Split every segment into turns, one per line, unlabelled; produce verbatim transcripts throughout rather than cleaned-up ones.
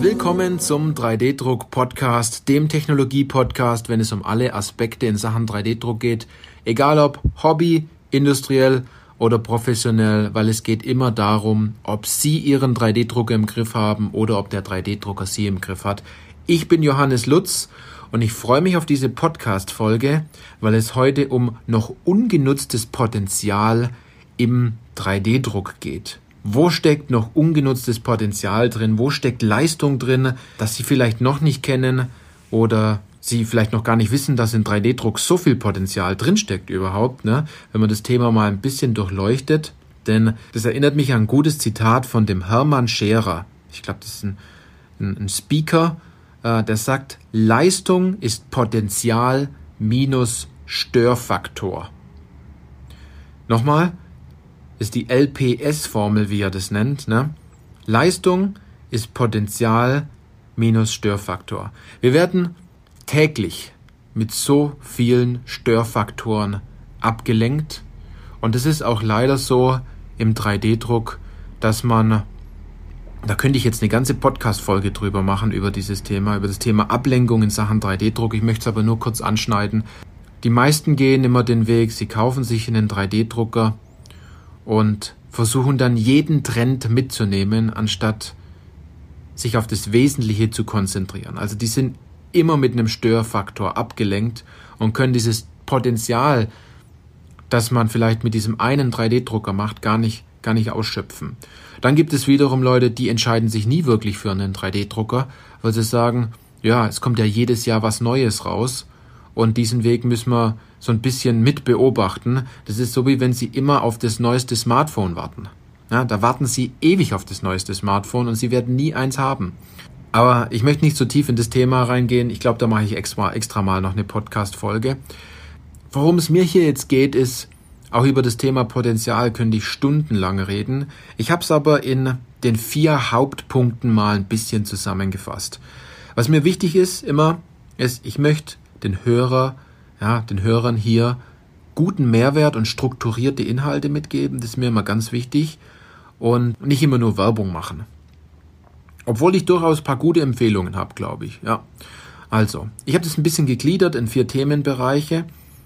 Willkommen zum drei D Druck Podcast, dem Technologie-Podcast, wenn es um alle Aspekte in Sachen drei D Druck geht. Egal ob Hobby, industriell oder professionell, weil es geht immer darum, ob Sie Ihren drei D Drucker im Griff haben oder ob der drei D Drucker Sie im Griff hat. Ich bin Johannes Lutz und ich freue mich auf diese Podcast-Folge, weil es heute um noch ungenutztes Potenzial im drei D Druck geht. Wo steckt noch ungenutztes Potenzial drin? Wo steckt Leistung drin, das Sie vielleicht noch nicht kennen oder Sie vielleicht noch gar nicht wissen, dass in drei D Druck so viel Potenzial drinsteckt überhaupt, ne? Wenn man das Thema mal ein bisschen durchleuchtet. Denn das erinnert mich an ein gutes Zitat von dem Hermann Scherer. Ich glaube, das ist ein, ein, ein Speaker, äh, der sagt, Leistung ist Potenzial minus Störfaktor. Nochmal. Ist die L P S-Formel, wie er das nennt. Ne? Leistung ist Potenzial minus Störfaktor. Wir werden täglich mit so vielen Störfaktoren abgelenkt. Und es ist auch leider so im drei D Druck, dass man, da könnte ich jetzt eine ganze Podcast-Folge drüber machen, über dieses Thema, über das Thema Ablenkung in Sachen drei D Druck. Ich möchte es aber nur kurz anschneiden. Die meisten gehen immer den Weg, sie kaufen sich einen drei D Drucker und versuchen dann jeden Trend mitzunehmen, anstatt sich auf das Wesentliche zu konzentrieren. Also die sind immer mit einem Störfaktor abgelenkt und können dieses Potenzial, das man vielleicht mit diesem einen drei D Drucker macht, gar nicht, gar nicht ausschöpfen. Dann gibt es wiederum Leute, die entscheiden sich nie wirklich für einen drei D Drucker, weil sie sagen, ja, es kommt ja jedes Jahr was Neues raus. Und diesen Weg müssen wir so ein bisschen mit beobachten. Das ist so, wie wenn Sie immer auf das neueste Smartphone warten. Ja, da warten Sie ewig auf das neueste Smartphone und Sie werden nie eins haben. Aber ich möchte nicht so tief in das Thema reingehen. Ich glaube, da mache ich extra, extra mal noch eine Podcast-Folge. Worum es mir hier jetzt geht, ist, auch über das Thema Potenzial könnte ich stundenlang reden. Ich habe es aber in den vier Hauptpunkten mal ein bisschen zusammengefasst. Was mir wichtig ist immer, ist, ich möchte den Hörer, ja, den Hörern hier guten Mehrwert und strukturierte Inhalte mitgeben. Das ist mir immer ganz wichtig und nicht immer nur Werbung machen. Obwohl ich durchaus ein paar gute Empfehlungen habe, glaube ich. Ja, also, ich habe das ein bisschen gegliedert in vier Themenbereiche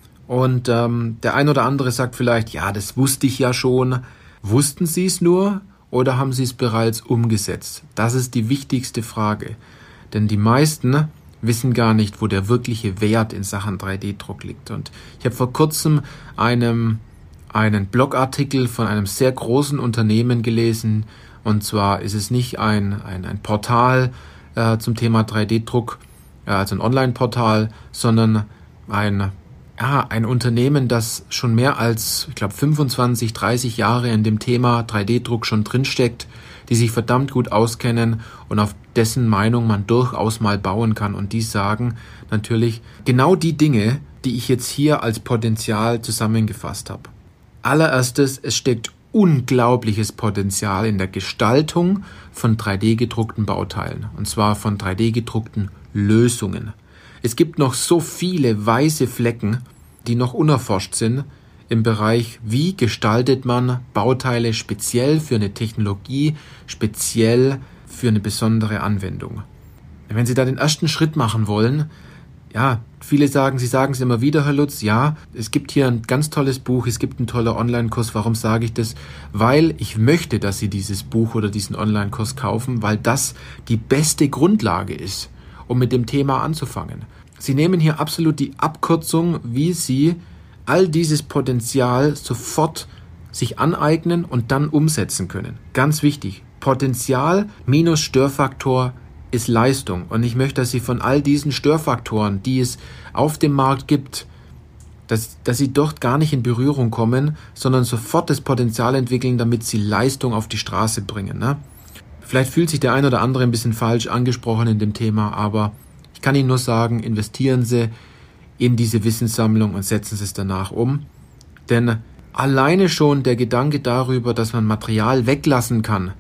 und ähm, der ein oder andere sagt vielleicht, ja, das wusste ich ja schon. Wussten Sie es nur oder haben Sie es bereits umgesetzt? Das ist die wichtigste Frage, denn die meisten wissen gar nicht, wo der wirkliche Wert in Sachen drei D Druck liegt. Und ich habe vor kurzem einem, einen Blogartikel von einem sehr großen Unternehmen gelesen. Und zwar ist es nicht ein, ein, ein Portal äh, zum Thema drei D Druck, äh, also ein Online-Portal, sondern ein, ja, ein Unternehmen, das schon mehr als, ich glaube, fünfundzwanzig, dreißig Jahre in dem Thema drei D Druck schon drinsteckt, die sich verdammt gut auskennen und auf dessen Meinung man durchaus mal bauen kann. Und die sagen natürlich genau die Dinge, die ich jetzt hier als Potenzial zusammengefasst habe. Allererstes, es steckt unglaubliches Potenzial in der Gestaltung von drei D gedruckten Bauteilen. Und zwar von drei D gedruckten Lösungen. Es gibt noch so viele weiße Flecken, die noch unerforscht sind, im Bereich, wie gestaltet man Bauteile speziell für eine Technologie, speziell für eine besondere Anwendung. Wenn Sie da den ersten Schritt machen wollen, ja, viele sagen, Sie sagen es immer wieder, Herr Lutz, ja, es gibt hier ein ganz tolles Buch, es gibt einen tollen Online-Kurs. Warum sage ich das? Weil ich möchte, dass Sie dieses Buch oder diesen Online-Kurs kaufen, weil das die beste Grundlage ist, um mit dem Thema anzufangen. Sie nehmen hier absolut die Abkürzung, wie Sie all dieses Potenzial sofort sich aneignen und dann umsetzen können. Ganz wichtig, Potenzial minus Störfaktor ist Leistung. Und ich möchte, dass Sie von all diesen Störfaktoren, die es auf dem Markt gibt, dass, dass Sie dort gar nicht in Berührung kommen, sondern sofort das Potenzial entwickeln, damit Sie Leistung auf die Straße bringen. Ne? Vielleicht fühlt sich der ein oder andere ein bisschen falsch angesprochen in dem Thema, aber ich kann Ihnen nur sagen, investieren Sie in diese Wissenssammlung und setzen Sie es danach um. Denn alleine schon der Gedanke darüber, dass man Material weglassen kann,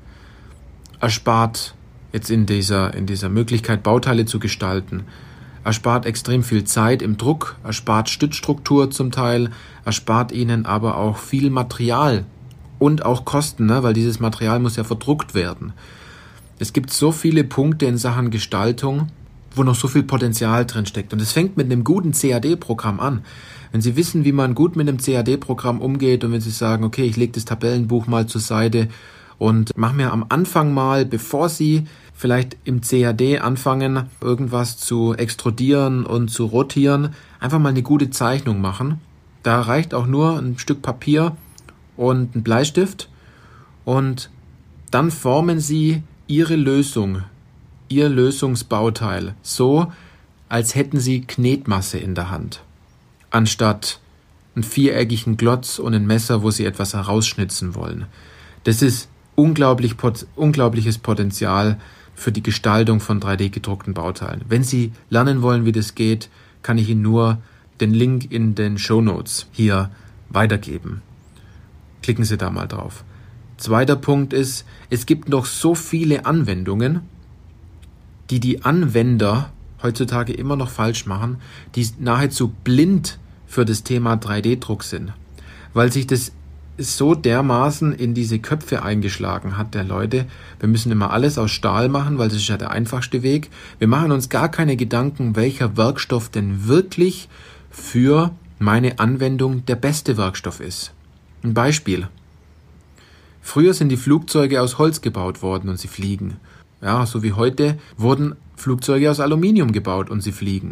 erspart jetzt in dieser, in dieser Möglichkeit, Bauteile zu gestalten, erspart extrem viel Zeit im Druck, erspart Stützstruktur zum Teil, erspart Ihnen aber auch viel Material und auch Kosten, ne? Weil dieses Material muss ja verdruckt werden. Es gibt so viele Punkte in Sachen Gestaltung, wo noch so viel Potenzial drin steckt. Und es fängt mit einem guten C A D-Programm an. Wenn Sie wissen, wie man gut mit einem C A D-Programm umgeht und wenn Sie sagen, okay, ich lege das Tabellenbuch mal zur Seite und mache mir am Anfang mal, bevor Sie vielleicht im C A D anfangen, irgendwas zu extrudieren und zu rotieren, einfach mal eine gute Zeichnung machen. Da reicht auch nur ein Stück Papier und ein Bleistift und dann formen Sie Ihre Lösung, Ihr Lösungsbauteil so, als hätten Sie Knetmasse in der Hand, anstatt einen viereckigen Klotz und ein Messer, wo Sie etwas herausschnitzen wollen. Das ist unglaublich, unglaubliches Potenzial für die Gestaltung von drei D gedruckten Bauteilen. Wenn Sie lernen wollen, wie das geht, kann ich Ihnen nur den Link in den Shownotes hier weitergeben. Klicken Sie da mal drauf. Zweiter Punkt ist, es gibt noch so viele Anwendungen, die die Anwender heutzutage immer noch falsch machen, die nahezu blind für das Thema drei D Druck sind, weil sich das so dermaßen in diese Köpfe eingeschlagen hat der Leute, wir müssen immer alles aus Stahl machen, weil das ist ja der einfachste Weg. Wir machen uns gar keine Gedanken, welcher Werkstoff denn wirklich für meine Anwendung der beste Werkstoff ist. Ein Beispiel. Früher sind die Flugzeuge aus Holz gebaut worden und sie fliegen. Ja, so wie heute wurden Flugzeuge aus Aluminium gebaut und sie fliegen.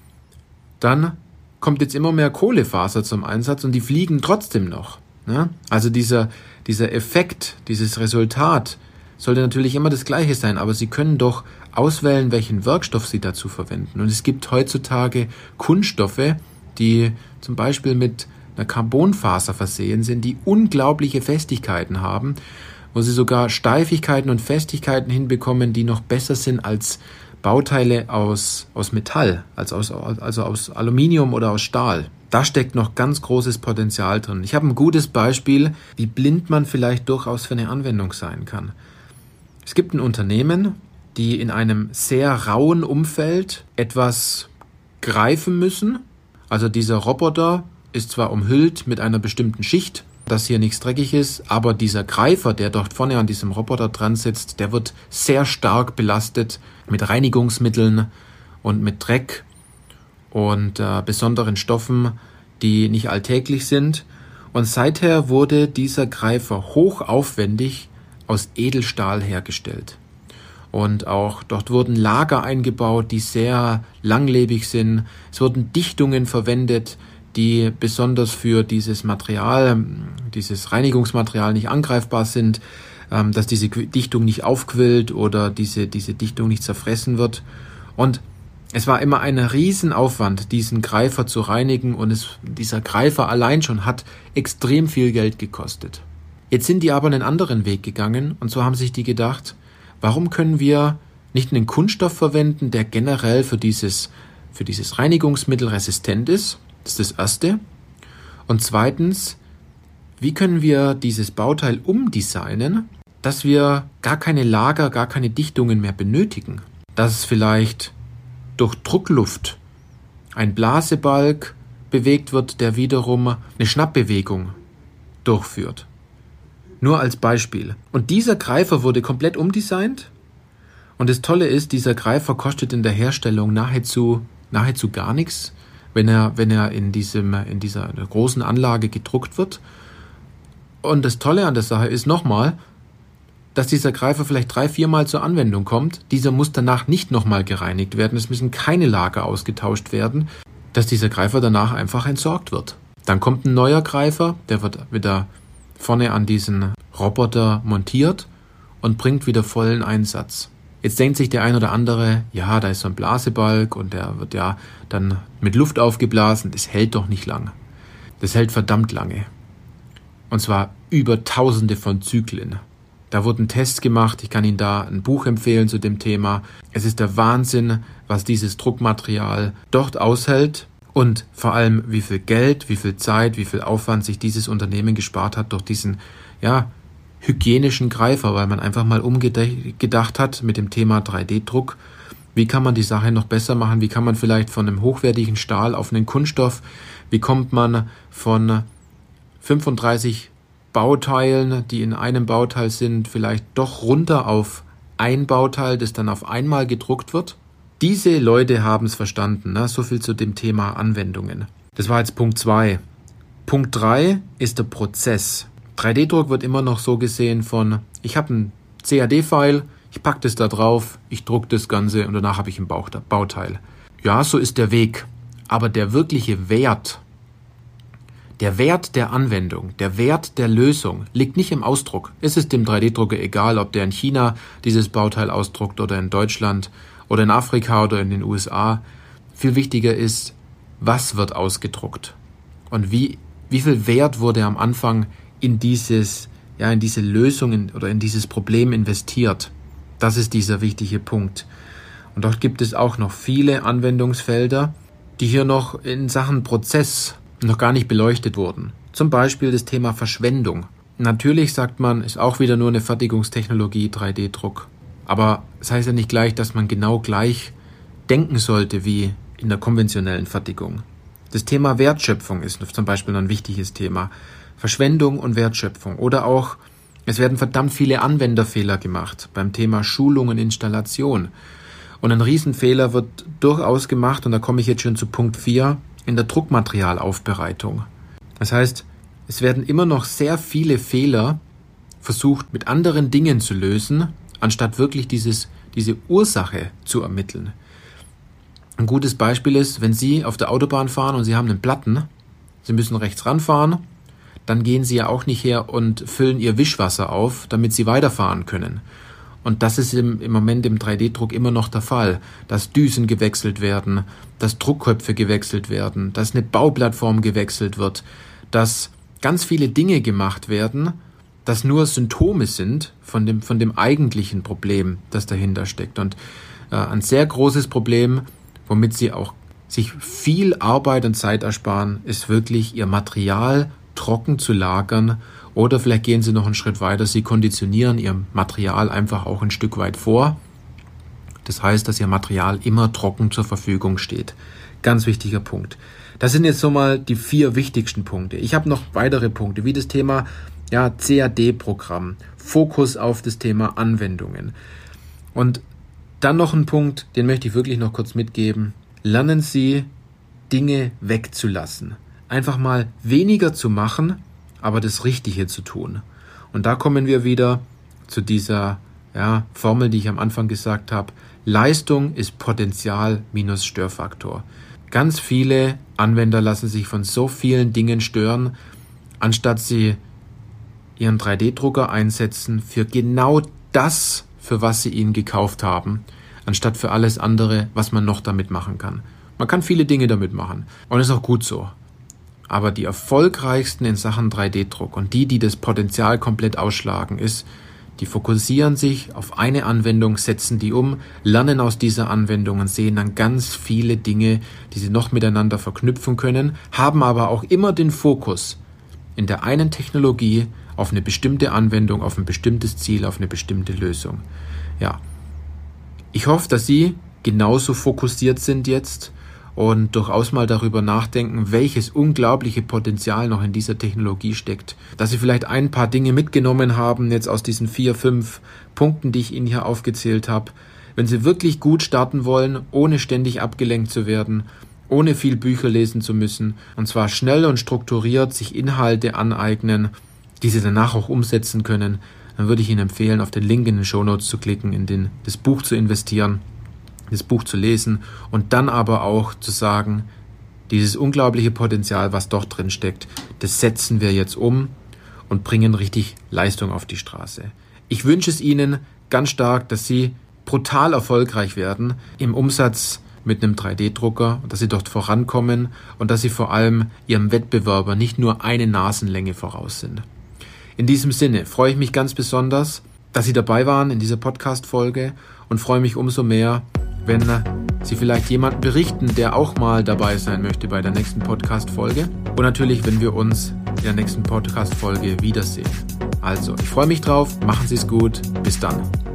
Dann kommt jetzt immer mehr Kohlefaser zum Einsatz und die fliegen trotzdem noch. Ja? Also dieser, dieser Effekt, dieses Resultat sollte natürlich immer das Gleiche sein, aber Sie können doch auswählen, welchen Werkstoff Sie dazu verwenden. Und es gibt heutzutage Kunststoffe, die zum Beispiel mit einer Carbonfaser versehen sind, die unglaubliche Festigkeiten haben, wo sie sogar Steifigkeiten und Festigkeiten hinbekommen, die noch besser sind als Bauteile aus, aus Metall, als aus, also aus Aluminium oder aus Stahl. Da steckt noch ganz großes Potenzial drin. Ich habe ein gutes Beispiel, wie blind man vielleicht durchaus für eine Anwendung sein kann. Es gibt ein Unternehmen, die in einem sehr rauen Umfeld etwas greifen müssen. Also dieser Roboter ist zwar umhüllt mit einer bestimmten Schicht, dass hier nichts dreckig ist, aber dieser Greifer, der dort vorne an diesem Roboter dran sitzt, der wird sehr stark belastet mit Reinigungsmitteln und mit Dreck und äh, besonderen Stoffen, die nicht alltäglich sind. Und seither wurde dieser Greifer hochaufwendig aus Edelstahl hergestellt. Und auch dort wurden Lager eingebaut, die sehr langlebig sind. Es wurden Dichtungen verwendet, die besonders für dieses Material, dieses Reinigungsmaterial nicht angreifbar sind, dass diese Dichtung nicht aufquillt oder diese, diese Dichtung nicht zerfressen wird. Und es war immer ein Riesenaufwand, diesen Greifer zu reinigen und es, dieser Greifer allein schon hat extrem viel Geld gekostet. Jetzt sind die aber einen anderen Weg gegangen und so haben sich die gedacht, warum können wir nicht einen Kunststoff verwenden, der generell für dieses, für dieses Reinigungsmittel resistent ist? Das ist das Erste. Und zweitens, wie können wir dieses Bauteil umdesignen, dass wir gar keine Lager, gar keine Dichtungen mehr benötigen? Dass es vielleicht durch Druckluft ein Blasebalg bewegt wird, der wiederum eine Schnappbewegung durchführt. Nur als Beispiel. Und dieser Greifer wurde komplett umdesignt. Und das Tolle ist, dieser Greifer kostet in der Herstellung nahezu, nahezu gar nichts, wenn er, wenn er in diesem, in dieser großen Anlage gedruckt wird. Und das Tolle an der Sache ist nochmal, dass dieser Greifer vielleicht drei, viermal zur Anwendung kommt. Dieser muss danach nicht nochmal gereinigt werden. Es müssen keine Lager ausgetauscht werden, dass dieser Greifer danach einfach entsorgt wird. Dann kommt ein neuer Greifer, der wird wieder vorne an diesen Roboter montiert und bringt wieder vollen Einsatz. Jetzt denkt sich der ein oder andere, ja, da ist so ein Blasebalg und der wird ja dann mit Luft aufgeblasen. Das hält doch nicht lang. Das hält verdammt lange. Und zwar über Tausende von Zyklen. Da wurden Tests gemacht. Ich kann Ihnen da ein Buch empfehlen zu dem Thema. Es ist der Wahnsinn, was dieses Druckmaterial dort aushält und vor allem, wie viel Geld, wie viel Zeit, wie viel Aufwand sich dieses Unternehmen gespart hat durch diesen, ja, hygienischen Greifer, weil man einfach mal umgedacht hat mit dem Thema drei D Druck. Wie kann man die Sache noch besser machen? Wie kann man vielleicht von einem hochwertigen Stahl auf einen Kunststoff? Wie kommt man von fünfunddreißig Bauteilen, die in einem Bauteil sind, vielleicht doch runter auf ein Bauteil, das dann auf einmal gedruckt wird. Diese Leute haben es verstanden. Ne? So viel zu dem Thema Anwendungen. Das war jetzt Punkt zwei. Punkt drei ist der Prozess. drei D Druck wird immer noch so gesehen von, ich habe ein C A D-File, ich packe das da drauf, ich drucke das Ganze und danach habe ich ein Bauteil. Ja, so ist der Weg. Aber der wirkliche Wert, der Wert der Anwendung, der Wert der Lösung liegt nicht im Ausdruck. Es ist dem drei D Drucker egal, ob der in China dieses Bauteil ausdruckt oder in Deutschland oder in Afrika oder in den U S A. Viel wichtiger ist, was wird ausgedruckt und wie, wie viel Wert wurde am Anfang in dieses, ja, in diese Lösung oder in dieses Problem investiert. Das ist dieser wichtige Punkt. Und dort gibt es auch noch viele Anwendungsfelder, die hier noch in Sachen Prozess noch gar nicht beleuchtet wurden. Zum Beispiel das Thema Verschwendung. Natürlich sagt man, ist auch wieder nur eine Fertigungstechnologie, drei D Druck. Aber es das heißt ja nicht gleich, dass man genau gleich denken sollte wie in der konventionellen Fertigung. Das Thema Wertschöpfung ist zum Beispiel ein wichtiges Thema. Verschwendung und Wertschöpfung. Oder auch, es werden verdammt viele Anwenderfehler gemacht beim Thema Schulung und Installation. Und ein Riesenfehler wird durchaus gemacht, und da komme ich jetzt schon zu Punkt vier, in der Druckmaterialaufbereitung. Das heißt, es werden immer noch sehr viele Fehler versucht, mit anderen Dingen zu lösen, anstatt wirklich dieses, diese Ursache zu ermitteln. Ein gutes Beispiel ist, wenn Sie auf der Autobahn fahren und Sie haben einen Platten, Sie müssen rechts ranfahren, dann gehen Sie ja auch nicht her und füllen Ihr Wischwasser auf, damit Sie weiterfahren können. Und das ist im, im Moment im drei D Druck immer noch der Fall, dass Düsen gewechselt werden, dass Druckköpfe gewechselt werden, dass eine Bauplattform gewechselt wird, dass ganz viele Dinge gemacht werden, das nur Symptome sind von dem, von dem eigentlichen Problem, das dahinter steckt. Und äh, ein sehr großes Problem, womit Sie auch sich viel Arbeit und Zeit ersparen, ist wirklich Ihr Material trocken zu lagern. Oder vielleicht gehen Sie noch einen Schritt weiter, Sie konditionieren Ihr Material einfach auch ein Stück weit vor. Das heißt, dass Ihr Material immer trocken zur Verfügung steht. Ganz wichtiger Punkt. Das sind jetzt so mal die vier wichtigsten Punkte. Ich habe noch weitere Punkte, wie das Thema ja, C A D-Programm, Fokus auf das Thema Anwendungen. Und dann noch ein Punkt, den möchte ich wirklich noch kurz mitgeben. Lernen Sie, Dinge wegzulassen. Einfach mal weniger zu machen, aber das Richtige zu tun. Und da kommen wir wieder zu dieser ja, Formel, die ich am Anfang gesagt habe. Leistung ist Potenzial minus Störfaktor. Ganz viele Anwender lassen sich von so vielen Dingen stören, anstatt sie ihren drei D Drucker einsetzen für genau das, für was sie ihn gekauft haben, anstatt für alles andere, was man noch damit machen kann. Man kann viele Dinge damit machen und ist auch gut so. Aber die erfolgreichsten in Sachen drei D Druck und die, die das Potenzial komplett ausschlagen, ist, die fokussieren sich auf eine Anwendung, setzen die um, lernen aus dieser Anwendung und sehen dann ganz viele Dinge, die sie noch miteinander verknüpfen können, haben aber auch immer den Fokus in der einen Technologie auf eine bestimmte Anwendung, auf ein bestimmtes Ziel, auf eine bestimmte Lösung. Ja, ich hoffe, dass Sie genauso fokussiert sind jetzt und durchaus mal darüber nachdenken, welches unglaubliche Potenzial noch in dieser Technologie steckt. Dass Sie vielleicht ein paar Dinge mitgenommen haben, jetzt aus diesen vier, fünf Punkten, die ich Ihnen hier aufgezählt habe. Wenn Sie wirklich gut starten wollen, ohne ständig abgelenkt zu werden, ohne viel Bücher lesen zu müssen, und zwar schnell und strukturiert sich Inhalte aneignen, die Sie danach auch umsetzen können, dann würde ich Ihnen empfehlen, auf den Link in den Shownotes zu klicken, in den, das Buch zu investieren, das Buch zu lesen und dann aber auch zu sagen, dieses unglaubliche Potenzial, was dort drin steckt, das setzen wir jetzt um und bringen richtig Leistung auf die Straße. Ich wünsche es Ihnen ganz stark, dass Sie brutal erfolgreich werden im Umsatz mit einem drei D Drucker, dass Sie dort vorankommen und dass Sie vor allem Ihrem Wettbewerber nicht nur eine Nasenlänge voraus sind. In diesem Sinne freue ich mich ganz besonders, dass Sie dabei waren in dieser Podcast-Folge und freue mich umso mehr, wenn Sie vielleicht jemanden berichten, der auch mal dabei sein möchte bei der nächsten Podcast-Folge. Und natürlich, wenn wir uns in der nächsten Podcast-Folge wiedersehen. Also, ich freue mich drauf. Machen Sie es gut. Bis dann.